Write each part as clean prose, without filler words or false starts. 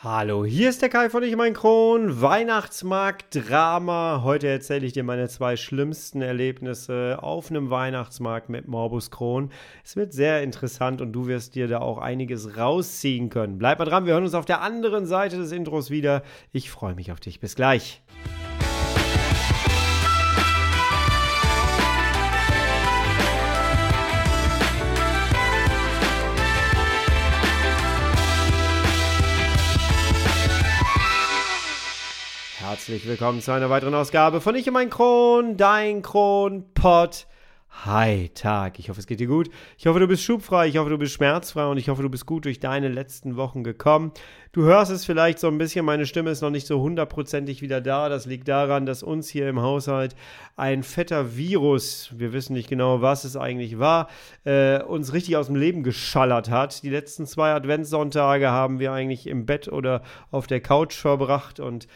Hallo, hier ist der Kai von Ich mein Kron, Weihnachtsmarkt-Drama. Heute erzähle ich dir meine 2 schlimmsten Erlebnisse auf einem Weihnachtsmarkt mit Morbus Crohn. Es wird sehr interessant und du wirst dir da auch einiges rausziehen können. Bleib mal dran, wir hören uns auf der anderen Seite des Intros wieder. Ich freue mich auf dich. Bis gleich. Herzlich willkommen zu einer weiteren Ausgabe von Ich und mein Kron, dein Kronpott. Hi, Tag. Ich hoffe, es geht dir gut. Ich hoffe, du bist schubfrei. Ich hoffe, du bist schmerzfrei und ich hoffe, du bist gut durch deine letzten Wochen gekommen. Du hörst es vielleicht so ein bisschen, meine Stimme ist noch nicht so hundertprozentig wieder da. Das liegt daran, dass uns hier im Haushalt ein fetter Virus, wir wissen nicht genau, was es eigentlich war, uns richtig aus dem Leben geschallert hat. Die letzten 2 Adventssonntage haben wir eigentlich im Bett oder auf der Couch verbracht und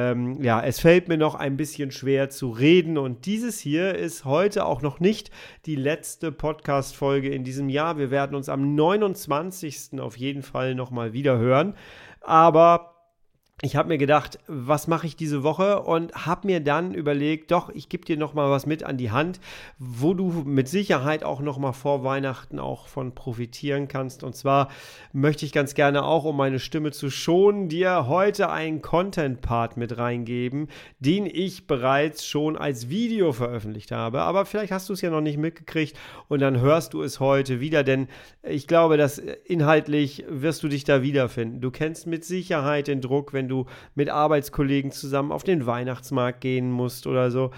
es fällt mir noch ein bisschen schwer zu reden und dieses hier ist heute auch noch nicht die letzte Podcast-Folge in diesem Jahr. Wir werden uns am 29. auf jeden Fall nochmal wieder hören. Aber ich habe mir gedacht, was mache ich diese Woche und habe mir dann überlegt, doch, ich gebe dir nochmal was mit an die Hand, wo du mit Sicherheit auch nochmal vor Weihnachten auch von profitieren kannst. Und zwar möchte ich ganz gerne auch, um meine Stimme zu schonen, dir heute einen Content-Part mit reingeben, den ich bereits schon als Video veröffentlicht habe. Aber vielleicht hast du es ja noch nicht mitgekriegt und dann hörst du es heute wieder, denn ich glaube, dass inhaltlich wirst du dich da wiederfinden. Du kennst mit Sicherheit den Druck, wenn du mit Arbeitskollegen zusammen auf den Weihnachtsmarkt gehen musst oder so.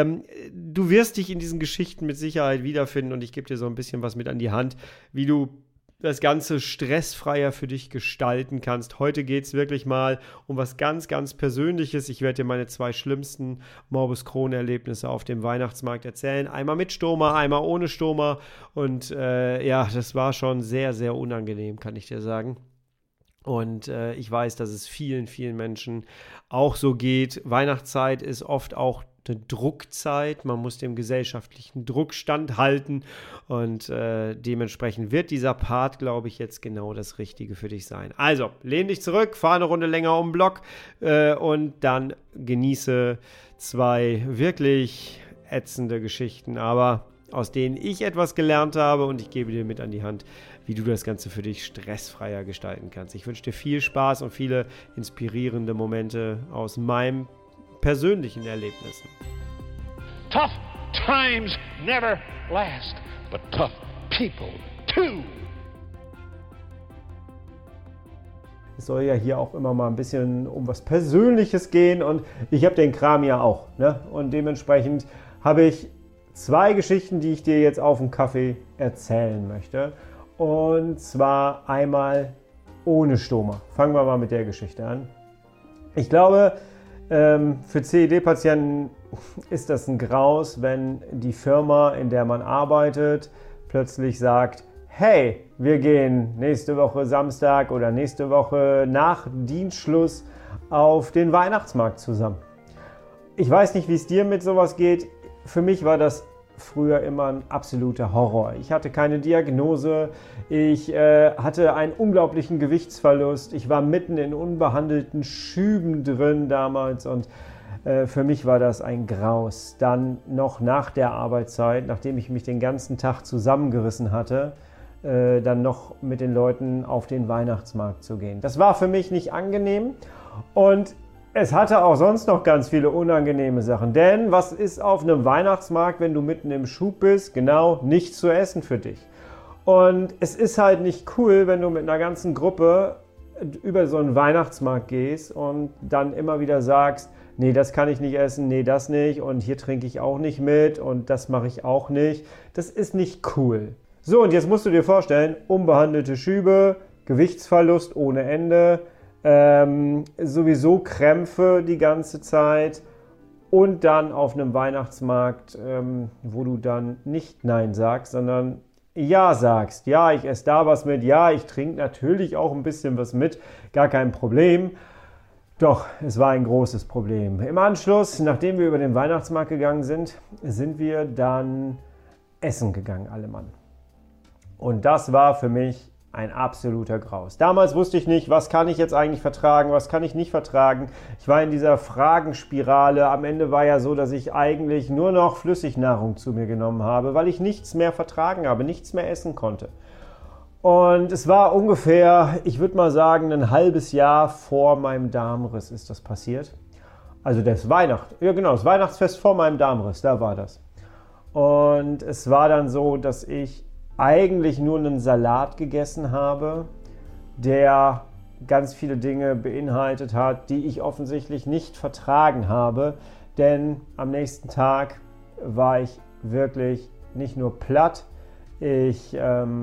Du wirst dich in diesen Geschichten mit Sicherheit wiederfinden und ich gebe dir so ein bisschen was mit an die Hand, wie du das Ganze stressfreier für dich gestalten kannst. Heute geht es wirklich mal um was ganz, ganz Persönliches. Ich werde dir meine 2 schlimmsten Morbus Crohn-Erlebnisse auf dem Weihnachtsmarkt erzählen. Einmal mit Stoma, einmal ohne Stoma und das war schon sehr, sehr unangenehm, kann ich dir sagen. Und ich weiß, dass es vielen, vielen Menschen auch so geht. Weihnachtszeit ist oft auch eine Druckzeit. Man muss dem gesellschaftlichen Druck standhalten. Und dementsprechend wird dieser Part, glaube ich, jetzt genau das Richtige für dich sein. Also, lehn dich zurück, fahr eine Runde länger um den Block und dann genieße 2 wirklich ätzende Geschichten, aber aus denen ich etwas gelernt habe und ich gebe dir mit an die Hand, wie du das Ganze für dich stressfreier gestalten kannst. Ich wünsche dir viel Spaß und viele inspirierende Momente aus meinen persönlichen Erlebnissen. Tough times never last, but tough people too. Es soll ja hier auch immer mal ein bisschen um was Persönliches gehen und ich habe den Kram ja auch, ne? Und dementsprechend habe ich 2 Geschichten, die ich dir jetzt auf dem Kaffee erzählen möchte. Und zwar einmal ohne Stoma. Fangen wir mal mit der Geschichte an. Ich glaube, für CED-Patienten ist das ein Graus, wenn die Firma, in der man arbeitet, plötzlich sagt, hey, wir gehen nächste Woche Samstag oder nächste Woche nach Dienstschluss auf den Weihnachtsmarkt zusammen. Ich weiß nicht, wie es dir mit sowas geht. Für mich war das früher immer ein absoluter Horror. Ich hatte keine Diagnose, ich hatte einen unglaublichen Gewichtsverlust, ich war mitten in unbehandelten Schüben drin damals und für mich war das ein Graus. Dann noch nach der Arbeitszeit, nachdem ich mich den ganzen Tag zusammengerissen hatte, dann noch mit den Leuten auf den Weihnachtsmarkt zu gehen. Das war für mich nicht angenehm und es hatte auch sonst noch ganz viele unangenehme Sachen, denn was ist auf einem Weihnachtsmarkt, wenn du mitten im Schub bist? Genau, nichts zu essen für dich. Und es ist halt nicht cool, wenn du mit einer ganzen Gruppe über so einen Weihnachtsmarkt gehst und dann immer wieder sagst, nee, das kann ich nicht essen, nee, das nicht und hier trinke ich auch nicht mit und das mache ich auch nicht. Das ist nicht cool. So, und jetzt musst du dir vorstellen, unbehandelte Schübe, Gewichtsverlust ohne Ende, sowieso Krämpfe die ganze Zeit und dann auf einem Weihnachtsmarkt, wo du dann nicht Nein sagst, sondern Ja sagst. Ja, ich esse da was mit, ja, ich trinke natürlich auch ein bisschen was mit, gar kein Problem. Doch, es war ein großes Problem. Im Anschluss, nachdem wir über den Weihnachtsmarkt gegangen sind, sind wir dann essen gegangen, alle Mann. Und das war für mich ein absoluter Graus. Damals wusste ich nicht, was kann ich jetzt eigentlich vertragen, was kann ich nicht vertragen. Ich war in dieser Fragenspirale. Am Ende war ja so, dass ich eigentlich nur noch Flüssignahrung zu mir genommen habe, weil ich nichts mehr vertragen habe, nichts mehr essen konnte. Und es war ungefähr, ich würde mal sagen, ein halbes Jahr vor meinem Darmriss ist das passiert. Also das Weihnachtsfest vor meinem Darmriss, da war das. Und es war dann so, dass ich eigentlich nur einen Salat gegessen habe, der ganz viele Dinge beinhaltet hat, die ich offensichtlich nicht vertragen habe. Denn am nächsten Tag war ich wirklich nicht nur platt, ich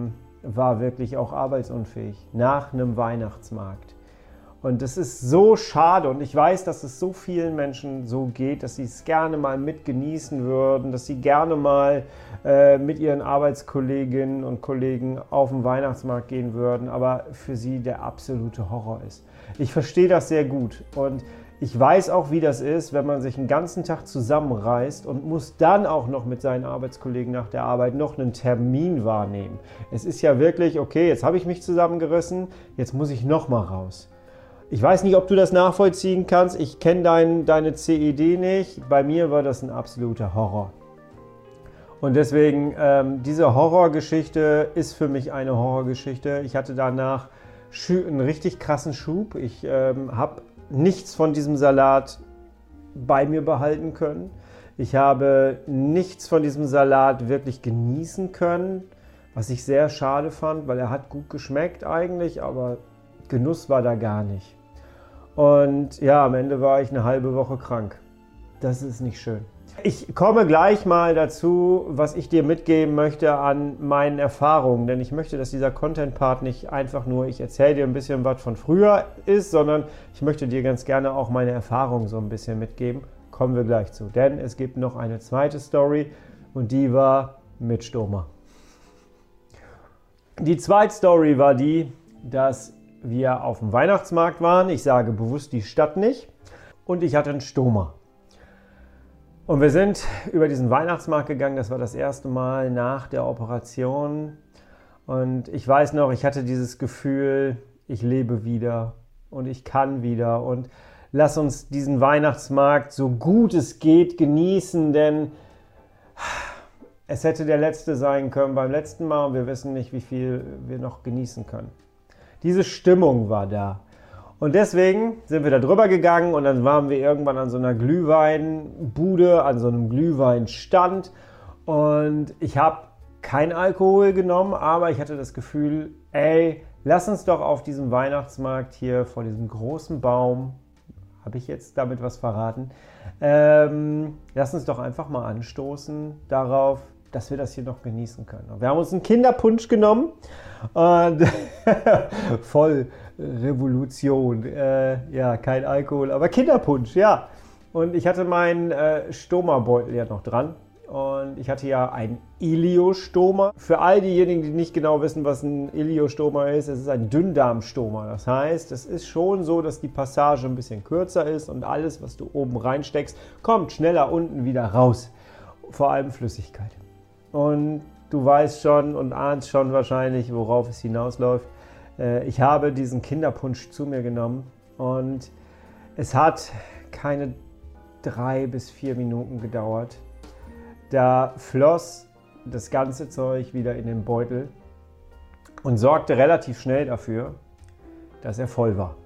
war wirklich auch arbeitsunfähig nach einem Weihnachtsmarkt. Und das ist so schade und ich weiß, dass es so vielen Menschen so geht, dass sie es gerne mal mit genießen würden, dass sie gerne mal mit ihren Arbeitskolleginnen und Kollegen auf den Weihnachtsmarkt gehen würden, aber für sie der absolute Horror ist. Ich verstehe das sehr gut und ich weiß auch, wie das ist, wenn man sich einen ganzen Tag zusammenreißt und muss dann auch noch mit seinen Arbeitskollegen nach der Arbeit noch einen Termin wahrnehmen. Es ist ja wirklich, okay, jetzt habe ich mich zusammengerissen, jetzt muss ich noch mal raus. Ich weiß nicht, ob du das nachvollziehen kannst. Ich kenne deine CED nicht. Bei mir war das ein absoluter Horror. Und deswegen, diese Horrorgeschichte ist für mich eine Horrorgeschichte. Ich hatte danach einen richtig krassen Schub. Ich habe nichts von diesem Salat bei mir behalten können. Ich habe nichts von diesem Salat wirklich genießen können, was ich sehr schade fand, weil er hat gut geschmeckt eigentlich, aber Genuss war da gar nicht. Und ja, am Ende war ich eine halbe Woche krank. Das ist nicht schön. Ich komme gleich mal dazu, was ich dir mitgeben möchte an meinen Erfahrungen, denn ich möchte, dass dieser Content-Part nicht einfach nur, ich erzähle dir ein bisschen was von früher ist, sondern ich möchte dir ganz gerne auch meine Erfahrungen so ein bisschen mitgeben. Kommen wir gleich zu, denn es gibt noch eine zweite Story und die war mit Stoma. Die zweite Story war die, dass wir auf dem Weihnachtsmarkt waren. Ich sage bewusst die Stadt nicht. Und ich hatte einen Stoma. Und wir sind über diesen Weihnachtsmarkt gegangen. Das war das erste Mal nach der Operation. Und ich weiß noch, ich hatte dieses Gefühl, ich lebe wieder und ich kann wieder. Und lass uns diesen Weihnachtsmarkt so gut es geht genießen, denn es hätte der letzte sein können beim letzten Mal und wir wissen nicht, wie viel wir noch genießen können. Diese Stimmung war da. Und deswegen sind wir da drüber gegangen und dann waren wir irgendwann an so einer Glühweinbude, an so einem Glühweinstand. Und ich habe kein Alkohol genommen, aber ich hatte das Gefühl, ey, lass uns doch auf diesem Weihnachtsmarkt hier vor diesem großen Baum, habe ich jetzt damit was verraten, lass uns doch einfach mal anstoßen darauf, dass wir das hier noch genießen können. Und wir haben uns einen Kinderpunsch genommen und voll Revolution. Ja, kein Alkohol, aber Kinderpunsch, ja. Und ich hatte meinen Stoma-Beutel ja noch dran. Und ich hatte ja ein Iliostoma. Für all diejenigen, die nicht genau wissen, was ein Iliostoma ist, es ist ein Dünndarmstoma. Das heißt, es ist schon so, dass die Passage ein bisschen kürzer ist und alles, was du oben reinsteckst, kommt schneller unten wieder raus. Vor allem Flüssigkeit. Und du weißt schon und ahnst schon wahrscheinlich, worauf es hinausläuft. Ich habe diesen Kinderpunsch zu mir genommen und es hat keine 3 bis 4 Minuten gedauert. Da floss das ganze Zeug wieder in den Beutel und sorgte relativ schnell dafür, dass er voll war.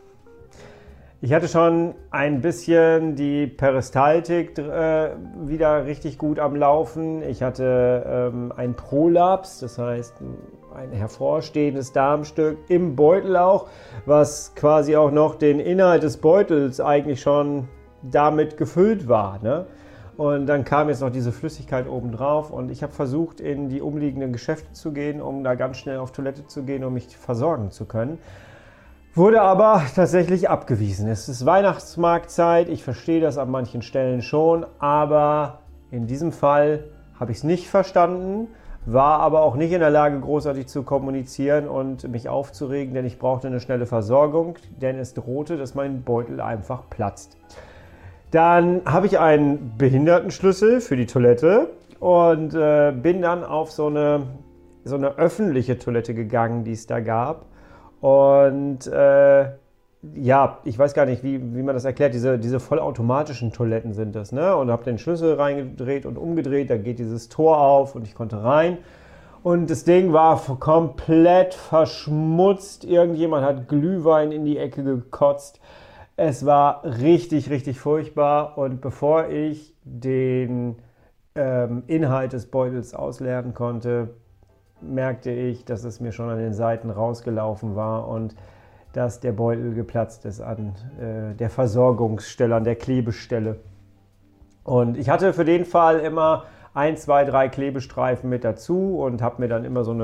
Ich hatte schon ein bisschen die Peristaltik wieder richtig gut am Laufen. Ich hatte ein Prolaps, das heißt ein hervorstehendes Darmstück im Beutel auch, was quasi auch noch den Inhalt des Beutels eigentlich schon damit gefüllt war, ne? Und dann kam jetzt noch diese Flüssigkeit obendrauf und ich habe versucht, in die umliegenden Geschäfte zu gehen, um da ganz schnell auf Toilette zu gehen, um mich versorgen zu können. Wurde aber tatsächlich abgewiesen. Es ist Weihnachtsmarktzeit, ich verstehe das an manchen Stellen schon, aber in diesem Fall habe ich es nicht verstanden, war aber auch nicht in der Lage, großartig zu kommunizieren und mich aufzuregen, denn ich brauchte eine schnelle Versorgung, denn es drohte, dass mein Beutel einfach platzt. Dann habe ich einen Behindertenschlüssel für die Toilette und bin dann auf so so eine öffentliche Toilette gegangen, die es da gab. Und ja, ich weiß gar nicht, wie man das erklärt. Diese vollautomatischen Toiletten sind das, ne? Und habe den Schlüssel reingedreht und umgedreht, da geht dieses Tor auf und ich konnte rein. Und das Ding war komplett verschmutzt. Irgendjemand hat Glühwein in die Ecke gekotzt. Es war richtig, richtig furchtbar. Und bevor ich den Inhalt des Beutels ausleeren konnte, merkte ich, dass es mir schon an den Seiten rausgelaufen war und dass der Beutel geplatzt ist an der Versorgungsstelle, an der Klebestelle. Und ich hatte für den Fall immer 1, 2, 3 Klebestreifen mit dazu und habe mir dann immer so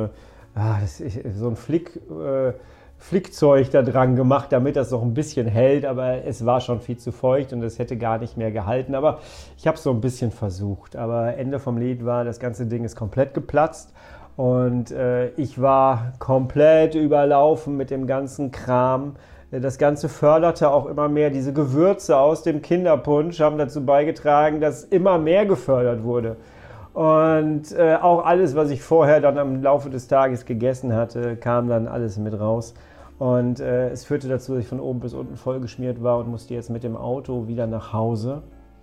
ein Flickzeug da dran gemacht, damit das noch ein bisschen hält, aber es war schon viel zu feucht und es hätte gar nicht mehr gehalten. Aber ich habe es so ein bisschen versucht. Aber Ende vom Lied war, das ganze Ding ist komplett geplatzt und ich war komplett überlaufen mit dem ganzen Kram. Das Ganze förderte auch immer mehr. Diese Gewürze aus dem Kinderpunsch haben dazu beigetragen, dass immer mehr gefördert wurde. Und auch alles, was ich vorher dann am Laufe des Tages gegessen hatte, kam dann alles mit raus. Und es führte dazu, dass ich von oben bis unten vollgeschmiert war und musste jetzt mit dem Auto wieder nach Hause.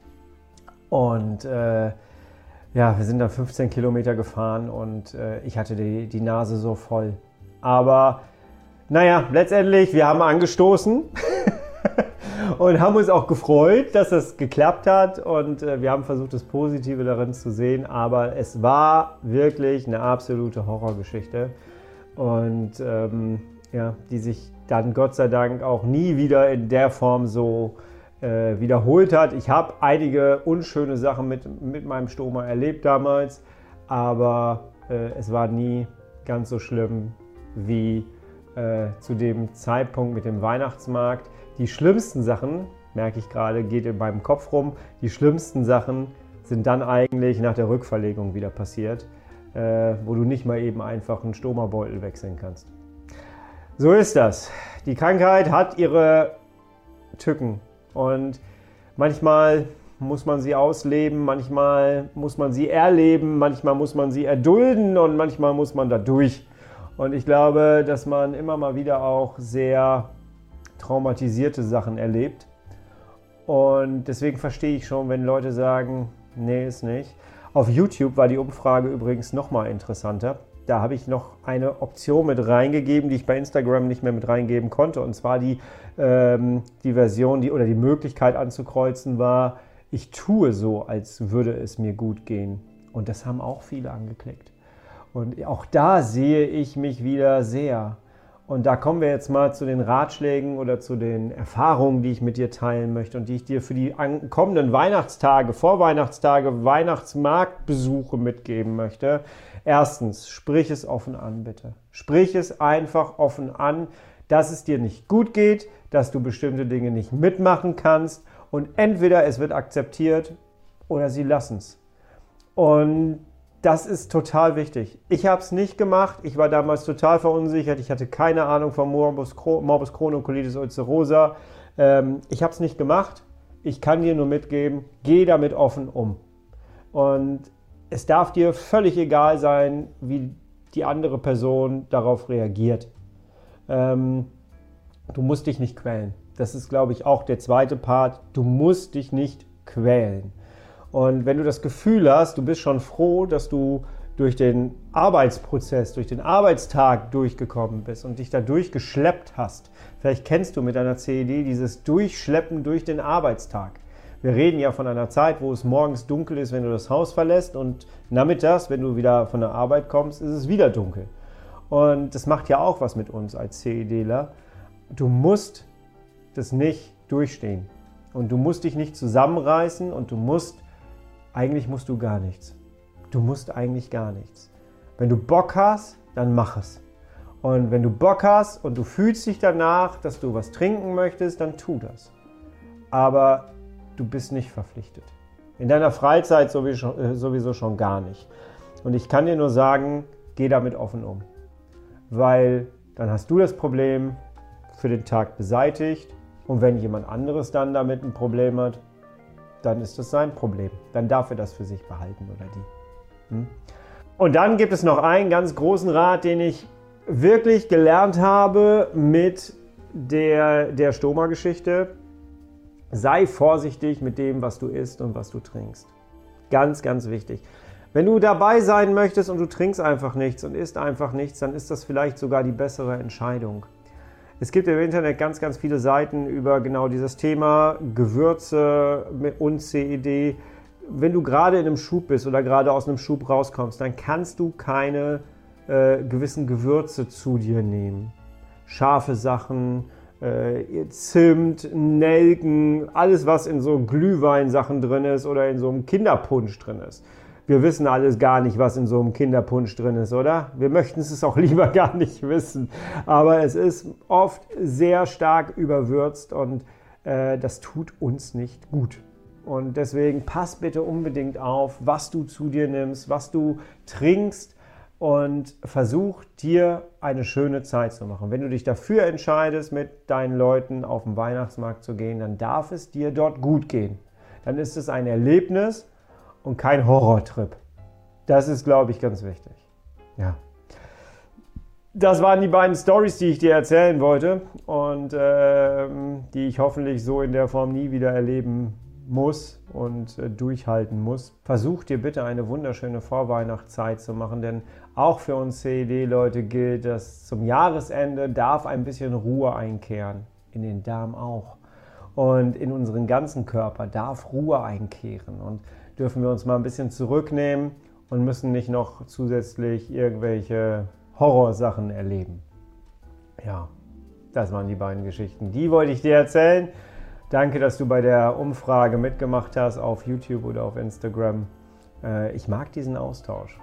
Und ja, wir sind dann 15 Kilometer gefahren und ich hatte die Nase so voll. Aber naja, letztendlich, wir haben angestoßen. Und haben uns auch gefreut, dass es geklappt hat und wir haben versucht, das Positive darin zu sehen, aber es war wirklich eine absolute Horrorgeschichte und ja, die sich dann Gott sei Dank auch nie wieder in der Form so wiederholt hat. Ich habe einige unschöne Sachen mit meinem Stoma erlebt damals, aber es war nie ganz so schlimm wie zu dem Zeitpunkt mit dem Weihnachtsmarkt. Die schlimmsten Sachen, merke ich gerade, geht in meinem Kopf rum, die schlimmsten Sachen sind dann eigentlich nach der Rückverlegung wieder passiert, wo du nicht mal eben einfach einen Stomabeutel wechseln kannst. So ist das. Die Krankheit hat ihre Tücken und manchmal muss man sie ausleben, manchmal muss man sie erleben, manchmal muss man sie erdulden und manchmal muss man da durch. Und ich glaube, dass man immer mal wieder auch sehr traumatisierte Sachen erlebt. Und deswegen verstehe ich schon, wenn Leute sagen, nee, ist nicht. Auf YouTube war die Umfrage übrigens nochmal interessanter. Da habe ich noch eine Option mit reingegeben, die ich bei Instagram nicht mehr mit reingeben konnte. Und zwar die Version, oder die Möglichkeit anzukreuzen war, ich tue so, als würde es mir gut gehen. Und das haben auch viele angeklickt. Und auch da sehe ich mich wieder sehr. Und da kommen wir jetzt mal zu den Ratschlägen oder zu den Erfahrungen, die ich mit dir teilen möchte und die ich dir für die kommenden Weihnachtstage, Vorweihnachtstage, Weihnachtsmarktbesuche mitgeben möchte. Erstens, sprich es offen an, bitte. Sprich es einfach offen an, dass es dir nicht gut geht, dass du bestimmte Dinge nicht mitmachen kannst und entweder es wird akzeptiert oder sie lassen es. Und das ist total wichtig. Ich habe es nicht gemacht. Ich war damals total verunsichert. Ich hatte keine Ahnung von Morbus Crohn und Colitis ulcerosa. Ich habe es nicht gemacht. Ich kann dir nur mitgeben, geh damit offen um. Und es darf dir völlig egal sein, wie die andere Person darauf reagiert. Du musst dich nicht quälen. Das ist, glaube ich, auch der zweite Part. Du musst dich nicht quälen. Und wenn du das Gefühl hast, du bist schon froh, dass du durch den Arbeitsprozess, durch den Arbeitstag durchgekommen bist und dich da durchgeschleppt hast. Vielleicht kennst du mit deiner CED dieses Durchschleppen durch den Arbeitstag. Wir reden ja von einer Zeit, wo es morgens dunkel ist, wenn du das Haus verlässt und nachmittags, wenn du wieder von der Arbeit kommst, ist es wieder dunkel. Und das macht ja auch was mit uns als CEDler. Du musst das nicht durchstehen. Und du musst dich nicht zusammenreißen und eigentlich musst du gar nichts. Du musst eigentlich gar nichts. Wenn du Bock hast, dann mach es. Und wenn du Bock hast und du fühlst dich danach, dass du was trinken möchtest, dann tu das. Aber du bist nicht verpflichtet. In deiner Freizeit sowieso schon gar nicht. Und ich kann dir nur sagen, geh damit offen um. Weil dann hast du das Problem für den Tag beseitigt. Und wenn jemand anderes dann damit ein Problem hat, dann ist das sein Problem. Dann darf er das für sich behalten oder die. Und dann gibt es noch einen ganz großen Rat, den ich wirklich gelernt habe mit der Stoma-Geschichte. Sei vorsichtig mit dem, was du isst und was du trinkst. Ganz, ganz wichtig. Wenn du dabei sein möchtest und du trinkst einfach nichts und isst einfach nichts, dann ist das vielleicht sogar die bessere Entscheidung. Es gibt im Internet ganz, ganz viele Seiten über genau dieses Thema Gewürze und CED. Wenn du gerade in einem Schub bist oder gerade aus einem Schub rauskommst, dann kannst du keine gewissen Gewürze zu dir nehmen. Scharfe Sachen, Zimt, Nelken, alles was in so Glühweinsachen drin ist oder in so einem Kinderpunsch drin ist. Wir wissen alles gar nicht, was in so einem Kinderpunsch drin ist, oder? Wir möchten es auch lieber gar nicht wissen. Aber es ist oft sehr stark überwürzt und das tut uns nicht gut. Und deswegen pass bitte unbedingt auf, was du zu dir nimmst, was du trinkst und versuch dir eine schöne Zeit zu machen. Wenn du dich dafür entscheidest, mit deinen Leuten auf den Weihnachtsmarkt zu gehen, dann darf es dir dort gut gehen. Dann ist es ein Erlebnis und kein Horrortrip. Das ist, glaube ich, ganz wichtig. Ja. Das waren die beiden Storys, die ich dir erzählen wollte und die ich hoffentlich so in der Form nie wieder erleben muss und durchhalten muss. Versuch dir bitte eine wunderschöne Vorweihnachtszeit zu machen, denn auch für uns CED-Leute gilt, dass zum Jahresende darf ein bisschen Ruhe einkehren. In den Darm auch. Und in unseren ganzen Körper darf Ruhe einkehren und dürfen wir uns mal ein bisschen zurücknehmen und müssen nicht noch zusätzlich irgendwelche Horrorsachen erleben. Ja, das waren die beiden Geschichten. Die wollte ich dir erzählen. Danke, dass du bei der Umfrage mitgemacht hast auf YouTube oder auf Instagram. Ich mag diesen Austausch.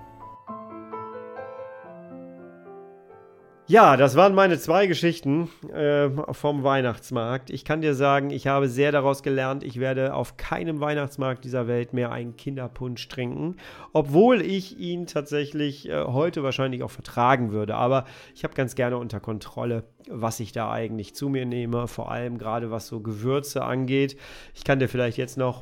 Ja, das waren meine 2 Geschichten vom Weihnachtsmarkt. Ich kann dir sagen, ich habe sehr daraus gelernt, ich werde auf keinem Weihnachtsmarkt dieser Welt mehr einen Kinderpunsch trinken, obwohl ich ihn tatsächlich heute wahrscheinlich auch vertragen würde. Aber ich habe ganz gerne unter Kontrolle, was ich da eigentlich zu mir nehme, vor allem gerade was so Gewürze angeht. Ich kann dir vielleicht jetzt noch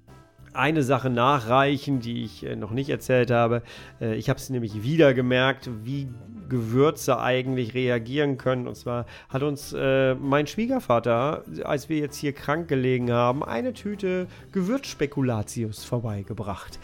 eine Sache nachreichen, die ich noch nicht erzählt habe. Ich habe es nämlich wieder gemerkt, wie Gewürze eigentlich reagieren können. Und zwar hat uns mein Schwiegervater, als wir jetzt hier krank gelegen haben, eine Tüte Gewürzspekulatius vorbeigebracht.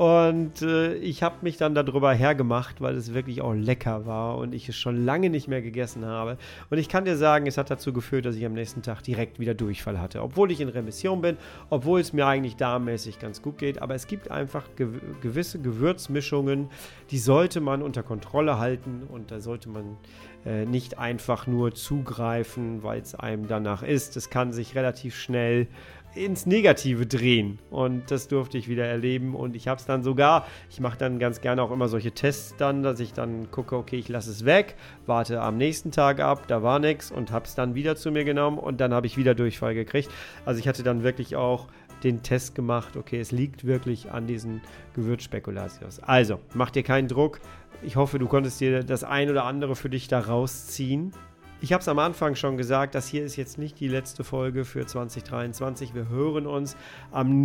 Und ich habe mich dann darüber hergemacht, weil es wirklich auch lecker war und ich es schon lange nicht mehr gegessen habe. Und ich kann dir sagen, es hat dazu geführt, dass ich am nächsten Tag direkt wieder Durchfall hatte. Obwohl ich in Remission bin, obwohl es mir eigentlich darmmäßig ganz gut geht. Aber es gibt einfach gewisse Gewürzmischungen, die sollte man unter Kontrolle halten. Und da sollte man nicht einfach nur zugreifen, weil es einem danach ist. Es kann sich relativ schnell ins Negative drehen. Und das durfte ich wieder erleben. Und ich habe es dann sogar, ich mache dann ganz gerne auch immer solche Tests dann, dass ich dann gucke, okay, ich lasse es weg, warte am nächsten Tag ab, da war nichts und habe es dann wieder zu mir genommen und dann habe ich wieder Durchfall gekriegt. Also ich hatte dann wirklich auch den Test gemacht, okay, es liegt wirklich an diesen Gewürzspekulatius. Also, mach dir keinen Druck. Ich hoffe, du konntest dir das ein oder andere für dich da rausziehen. Ich habe es am Anfang schon gesagt, das hier ist jetzt nicht die letzte Folge für 2023. Wir hören uns am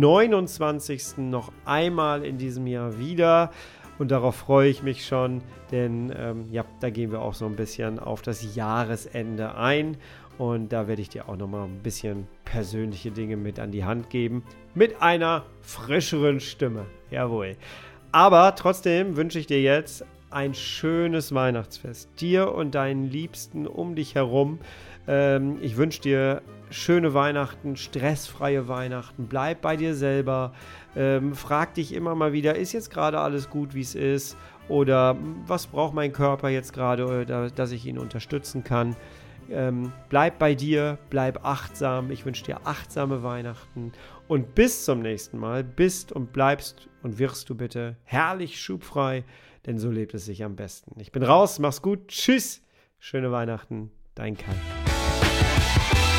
29. noch einmal in diesem Jahr wieder. Und darauf freue ich mich schon, denn da gehen wir auch so ein bisschen auf das Jahresende ein. Und da werde ich dir auch nochmal ein bisschen persönliche Dinge mit an die Hand geben. Mit einer frischeren Stimme. Jawohl. Aber trotzdem wünsche ich dir jetzt ein schönes Weihnachtsfest. Dir und deinen Liebsten um dich herum. Ich wünsche dir schöne Weihnachten, stressfreie Weihnachten. Bleib bei dir selber. Frag dich immer mal wieder, ist jetzt gerade alles gut, wie es ist? Oder was braucht mein Körper jetzt gerade, dass ich ihn unterstützen kann? Bleib bei dir, bleib achtsam. Ich wünsche dir achtsame Weihnachten und bis zum nächsten Mal. Bist und bleibst und wirst du bitte herrlich schubfrei, denn so lebt es sich am besten. Ich bin raus, mach's gut, tschüss, schöne Weihnachten, dein Kai.